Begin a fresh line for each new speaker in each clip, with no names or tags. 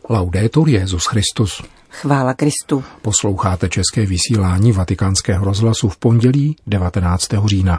Laudetur Jesus Christus.
Chvála Kristu.
Posloucháte české vysílání Vatikánského rozhlasu v pondělí 19. října.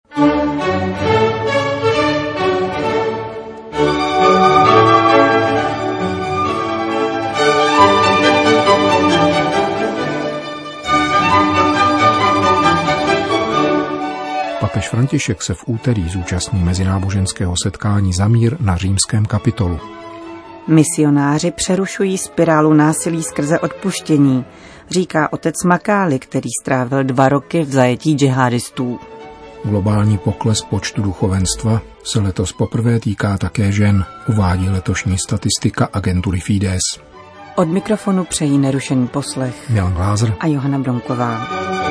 Papež František se v úterý zúčastní mezináboženského setkání za mír na římském Kapitolu.
Misionáři přerušují spirálu násilí skrze odpuštění, říká otec Makáli, který strávil 2 roky v zajetí džihadistů.
Globální pokles počtu duchovenstva se letos poprvé týká také žen, uvádí letošní statistika agentury Fides.
Od mikrofonu přejí nerušený poslech
Milan Glázer
a Johana Bronková.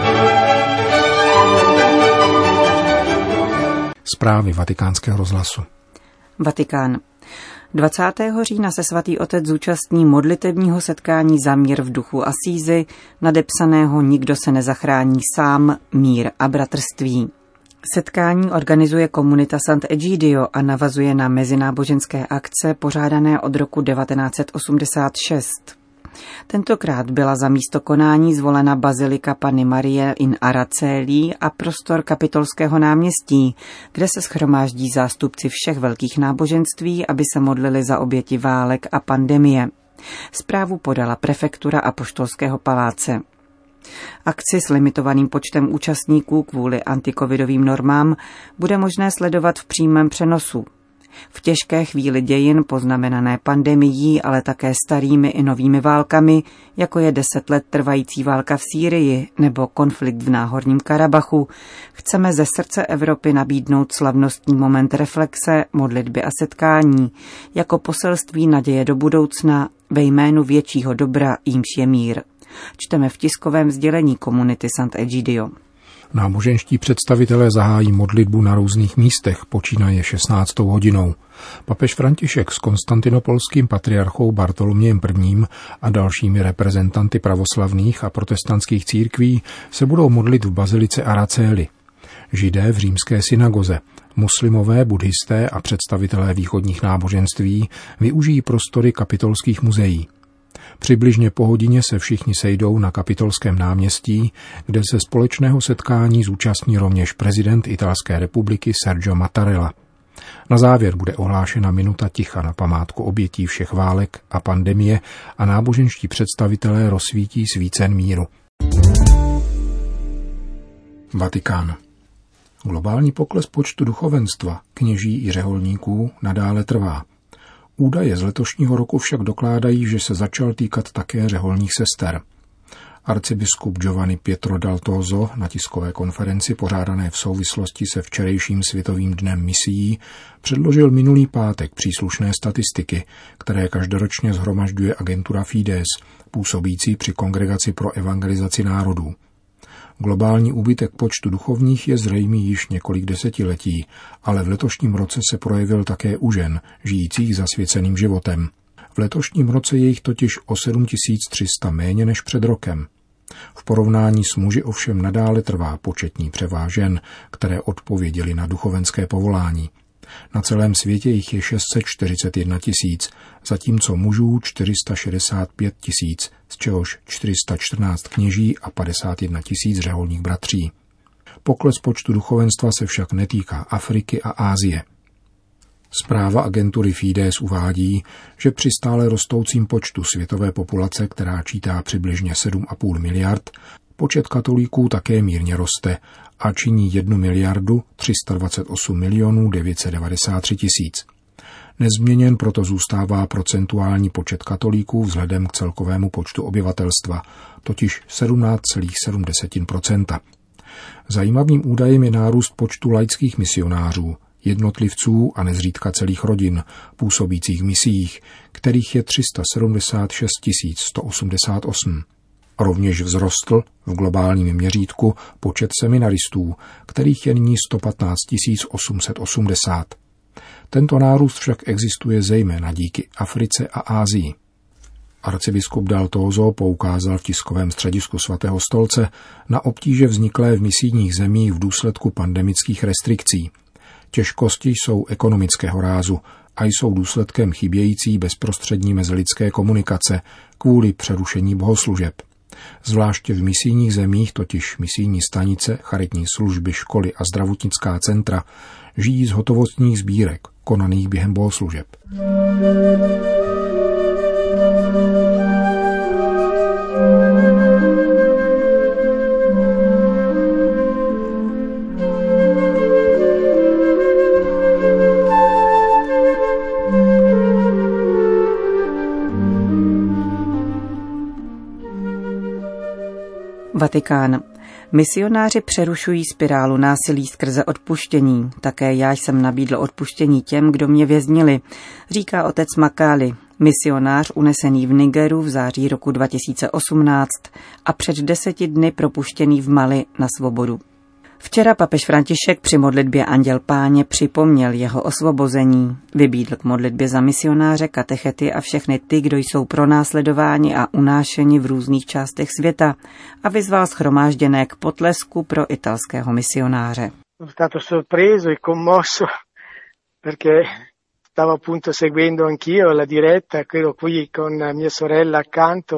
Zprávy Vatikánského rozhlasu.
Vatikán. 20. října se svatý otec zúčastní modlitebního setkání za mír v duchu Asízy, nadepsaného Nikdo se nezachrání sám, mír a bratrství. Setkání organizuje komunita Sant'Egidio a navazuje na mezináboženské akce pořádané od roku 1986. Tentokrát byla za místo konání zvolena bazilika Panny Marie in Araceli a prostor Kapitolského náměstí, kde se shromáždí zástupci všech velkých náboženství, aby se modlili za oběti válek a pandemie. Zprávu podala prefektura Apoštolského paláce. Akci s limitovaným počtem účastníků kvůli antikovidovým normám bude možné sledovat v přímém přenosu. V těžké chvíli dějin poznamenané pandemií, ale také starými i novými válkami, jako je 10 let trvající válka v Sýrii nebo konflikt v Náhorním Karabachu, chceme ze srdce Evropy nabídnout slavnostní moment reflexe, modlitby a setkání, jako poselství naděje do budoucna ve jménu většího dobra, jímž je mír. Čteme v tiskovém sdělení komunity Sant'Egidio.
Náboženští představitelé zahájí modlitbu na různých místech, počínaje 16. hodinou. Papež František s konstantinopolským patriarchou Bartolomějem I. a dalšími reprezentanty pravoslavných a protestantských církví se budou modlit v bazilice Araceli. Židé v římské synagoze, muslimové, buddhisté a představitelé východních náboženství využijí prostory kapitolských muzeí. Přibližně po hodině se všichni sejdou na Kapitolském náměstí, kde se společného setkání zúčastní rovněž prezident Italské republiky Sergio Mattarella. Na závěr bude ohlášena minuta ticha na památku obětí všech válek a pandemie a náboženští představitelé rozsvítí svícen míru. Vatikán. Globální pokles počtu duchovenstva, kněží i řeholníků nadále trvá. Údaje z letošního roku však dokládají, že se začal týkat také řeholních sester. Arcibiskup Giovanni Pietro Daltozo na tiskové konferenci pořádané v souvislosti se včerejším Světovým dnem misií předložil minulý pátek příslušné statistiky, které každoročně shromažďuje agentura Fides, působící při Kongregaci pro evangelizaci národů. Globální úbytek počtu duchovních je zřejmý již několik desetiletí, ale v letošním roce se projevil také u žen, žijících zasvěceným životem. V letošním roce je jich totiž o 7300 méně než před rokem. V porovnání s muži ovšem nadále trvá početní převáh žen, které odpověděly na duchovenské povolání. Na celém světě jich je 641 000, zatímco mužů 465 000, z čehož 414 kněží a 51 000 řeholních bratří. Pokles počtu duchovenstva se však netýká Afriky a Asie. Zpráva agentury Fides uvádí, že při stále rostoucím počtu světové populace, která čítá přibližně 7,5 miliard, počet katolíků také mírně roste a činí 1 328 993 000. Nezměněn proto zůstává procentuální počet katolíků vzhledem k celkovému počtu obyvatelstva, totiž 17,7%. Zajímavým údajem je nárůst počtu laických misionářů, jednotlivců a nezřídka celých rodin, působících v misiích, kterých je 376 188. Rovněž vzrostl v globálním měřítku počet seminaristů, kterých je nyní 115 880. Tento nárůst však existuje zejména díky Africe a Asii. Arcibiskup Daltozo poukázal v tiskovém středisku Svatého stolce na obtíže vzniklé v misijních zemích v důsledku pandemických restrikcí. Těžkosti jsou ekonomického rázu a jsou důsledkem chybějící bezprostřední mezilidské komunikace kvůli přerušení bohoslužeb. Zvláště v misijních zemích, totiž misijní stanice, charitní služby, školy a zdravotnická centra, žijí z hotovostních sbírek, konaných během bohoslužeb.
Vatikán. Misionáři přerušují spirálu násilí skrze odpuštění. Také já jsem nabídl odpuštění těm, kdo mě věznili, říká otec Makali, misionář unesený v Nigeru v září roku 2018 a před 10 dny propuštěný v Mali na svobodu. Včera papež František při modlitbě Anděl Páně připomněl jeho osvobození. Vybídl k modlitbě za misionáře, katechety a všechny ty, kdo jsou pronásledováni a unášeni v různých částech světa a vyzval shromážděné k potlesku pro italského misionáře.
Sono stato sorpreso e commosso perché stavo appunto seguendo anch'io la diretta, ero qui con mia sorella accanto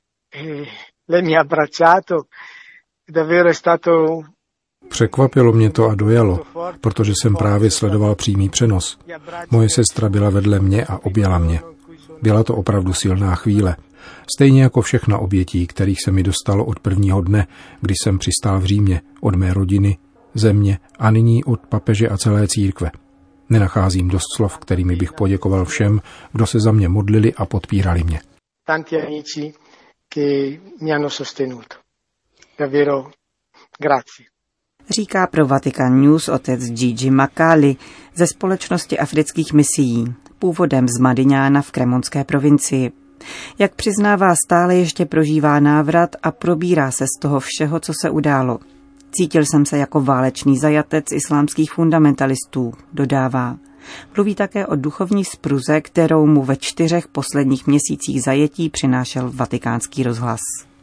e lei mi ha abbracciato. Davvero è stato.
Překvapilo mě to a dojalo, protože jsem právě sledoval přímý přenos. Moje sestra byla vedle mě a objala mě. Byla to opravdu silná chvíle. Stejně jako všechna obětí, kterých se mi dostalo od prvního dne, kdy jsem přistál v Římě, od mé rodiny, země a nyní od papeže a celé církve. Nenacházím dost slov, kterými bych poděkoval všem, kdo se za mě modlili a podpírali mě.
Tanti amici che mi hanno sostenuto. Davvero grazie.
Říká pro Vatican News otec Gigi Makali ze společnosti afrických misií, původem z Madiňána v Kremonské provincii. Jak přiznává, stále ještě prožívá návrat a probírá se z toho všeho, co se událo. Cítil jsem se jako válečný zajatec islámských fundamentalistů, dodává. Mluví také o duchovní spruze, kterou mu ve 4 posledních měsících zajetí přinášel Vatikánský rozhlas.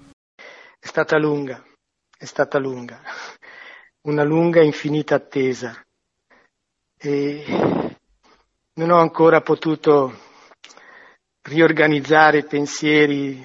È stata lunga. Una lunga infinita attesa e non ho ancora potuto riorganizzare pensieri,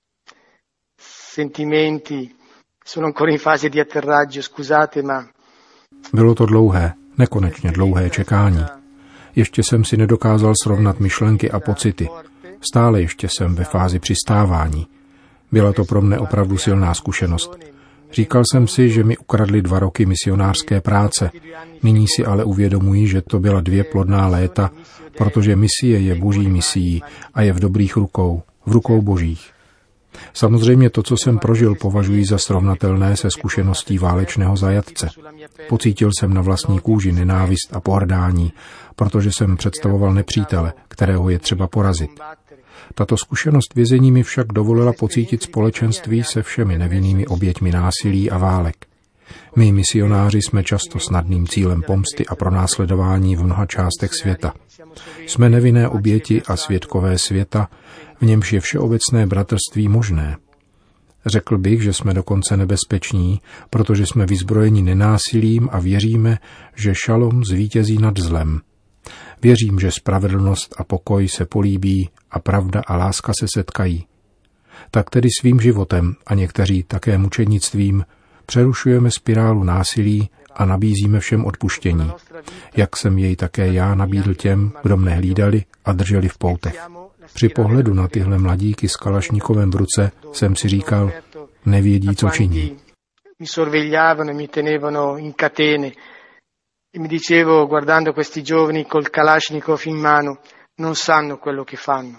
sentimenti, sono ancora in fase di atterraggio, scusate, ma.
Bylo to dlouhé, nekonečně dlouhé čekání. Ještě jsem si nedokázal srovnat myšlenky a pocity. Stále ještě jsem ve fázi přistávání. Byla to pro mne opravdu silná zkušenost. Říkal jsem si, že mi ukradli 2 roky misionářské práce. Nyní si ale uvědomuji, že to byla 2 plodná léta, protože misie je boží misií a je v dobrých rukou, v rukou božích. Samozřejmě to, co jsem prožil, považuji za srovnatelné se zkušeností válečného zajatce. Pocítil jsem na vlastní kůži nenávist a pohrdání, protože jsem představoval nepřítele, kterého je třeba porazit. Tato zkušenost vězení mi však dovolila pocítit společenství se všemi nevinnými oběťmi násilí a válek. My, misionáři, jsme často snadným cílem pomsty a pronásledování v mnoha částech světa. Jsme nevinné oběti a svědkové světa, v němž je všeobecné bratrství možné. Řekl bych, že jsme dokonce nebezpeční, protože jsme vyzbrojeni nenásilím a věříme, že šalom zvítězí nad zlem. Věřím, že spravedlnost a pokoj se políbí a pravda a láska se setkají. Tak tedy svým životem a někteří také mučednictvím přerušujeme spirálu násilí a nabízíme všem odpuštění, jak jsem jej také já nabídl těm, kdo mne hlídali a drželi v poutech. Při pohledu na tyhle mladíky s kalašníkovem v ruce jsem si říkal, nevědí, co činí.
Mi sorvegliavano e mi tenevano in catene. E mi dicevo, guardando questi giovani col Kalashnikov in mano, non sanno quello che fanno.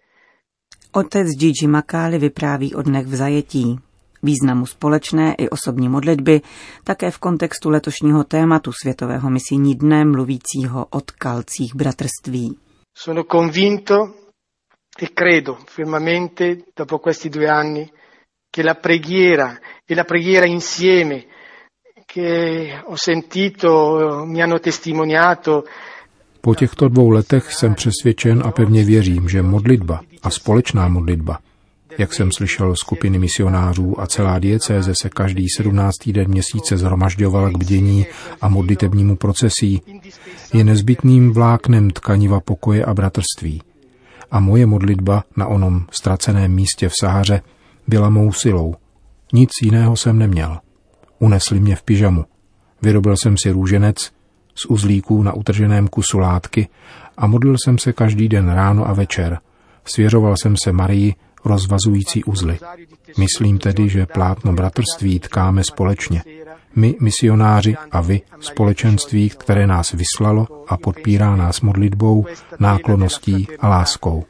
Otec Gigi Makali vypráví o dnech v zajetí, významu společné i osobní modlitby, také v kontextu letošního tématu Světového misijní dne mluvícího o tkalcích bratrství.
Sono convinto e credo fermamente dopo questi 2 anni che la preghiera insieme che ho sentito, mi hanno testimoniato.
Po těchto 2 letech jsem přesvědčen a pevně věřím, že modlitba a společná modlitba Jak jsem slyšel, skupiny misionářů a celá diecéze se každý 17. den měsíce shromažďovala k bdění a modlitebnímu procesí, je nezbytným vláknem tkaniva pokoje a bratrství. A moje modlitba na onom ztraceném místě v Sahaře byla mou silou. Nic jiného jsem neměl. Unesli mě v pyžamu. Vyrobil jsem si růženec z uzlíků na utrženém kusu látky a modlil jsem se každý den ráno a večer. Svěřoval jsem se Marii rozvazující uzly. Myslím tedy, že plátno bratrství tkáme společně. My, misionáři, a vy, společenství, které nás vyslalo a podpírá nás modlitbou, náklonností a láskou.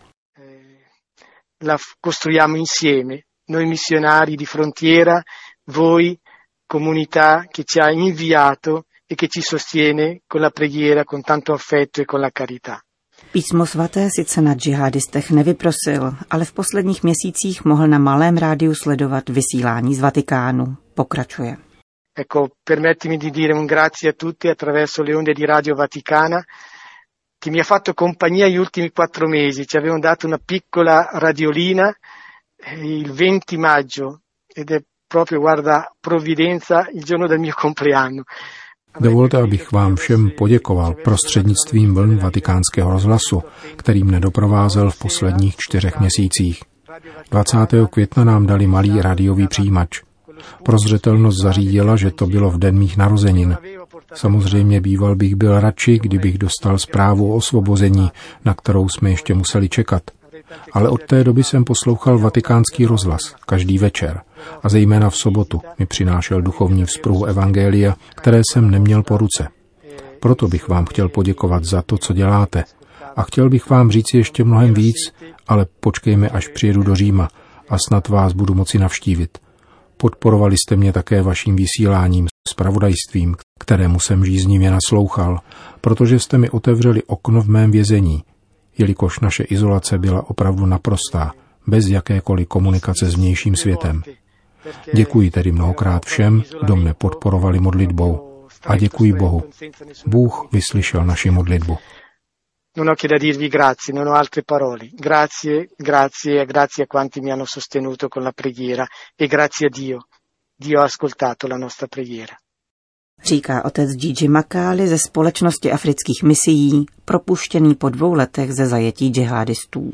La costruiamo insieme, noi missionari di frontiera, voi, comunità che ci ha inviato e che ci sostiene con la preghiera, con tanto affetto e con la carità.
Písmo svaté sice na džihadistech nevyprosil, ale v posledních měsících mohl na malém rádiu sledovat vysílání z Vatikánu. Pokračuje.
Ecco, permettimi di dire un grazie a tutti attraverso le onde di Radio Vaticana che mi ha fatto compagnia gli ultimi 4 mesi. Ci avevano dato una piccola radiolina il 20 maggio ed è proprio, guarda, provvidenza, il giorno del mio compleanno.
Dovolte, abych vám všem poděkoval prostřednictvím vln Vatikánského rozhlasu, který mne doprovázel v posledních 4 měsících. 20. května nám dali malý rádiový přijímač. Prozřetelnost zařídila, že to bylo v den mých narozenin. Samozřejmě býval bych byl radši, kdybych dostal zprávu o osvobození, na kterou jsme ještě museli čekat. Ale od té doby jsem poslouchal Vatikánský rozhlas každý večer a zejména v sobotu mi přinášel duchovní vzpruhu evangelia, které jsem neměl po ruce. Proto bych vám chtěl poděkovat za to, co děláte. A chtěl bych vám říct ještě mnohem víc, ale počkejme, až přijedu do Říma a snad vás budu moci navštívit. Podporovali jste mě také vaším vysíláním, zpravodajstvím, kterému jsem žíznivě naslouchal, protože jste mi otevřeli okno v mém vězení, jelikož naše izolace byla opravdu naprostá, bez jakékoliv komunikace s vnějším světem. Děkuji tedy mnohokrát všem, kdo mne podporovali modlitbou. A děkuji Bohu. Bůh vyslyšel naši modlitbu.
Non ho che da dirvi grazie, non ho altre parole. Grazie, grazie, grazie a quanti mi hanno sostenuto con la preghiera e grazie a Dio. Dio ha ascoltato la nostra preghiera.
Říká otec Gigi Macali ze Společnosti afrických misií, propuštěný po 2 letech ze zajetí džihadistů.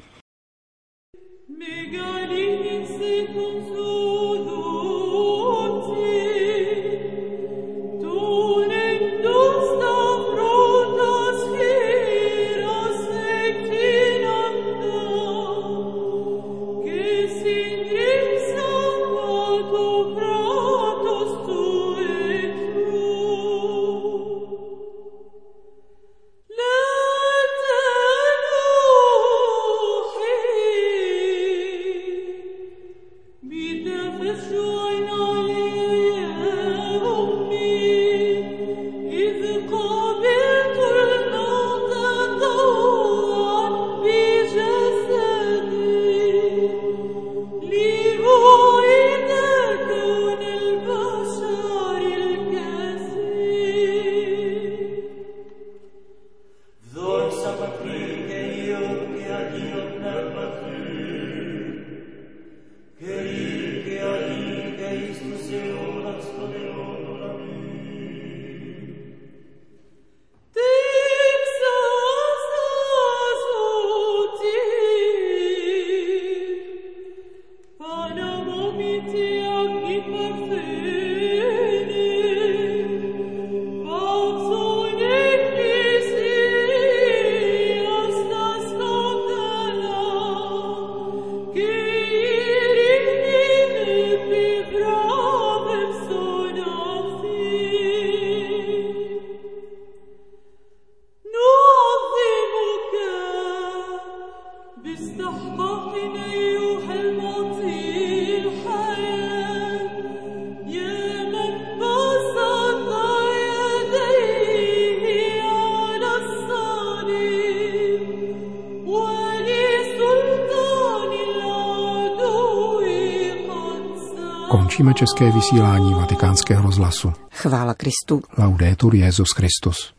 Končíme české vysílání Vatikánského rozhlasu.
Chvála Kristu.
Laudetur Jesus Christus.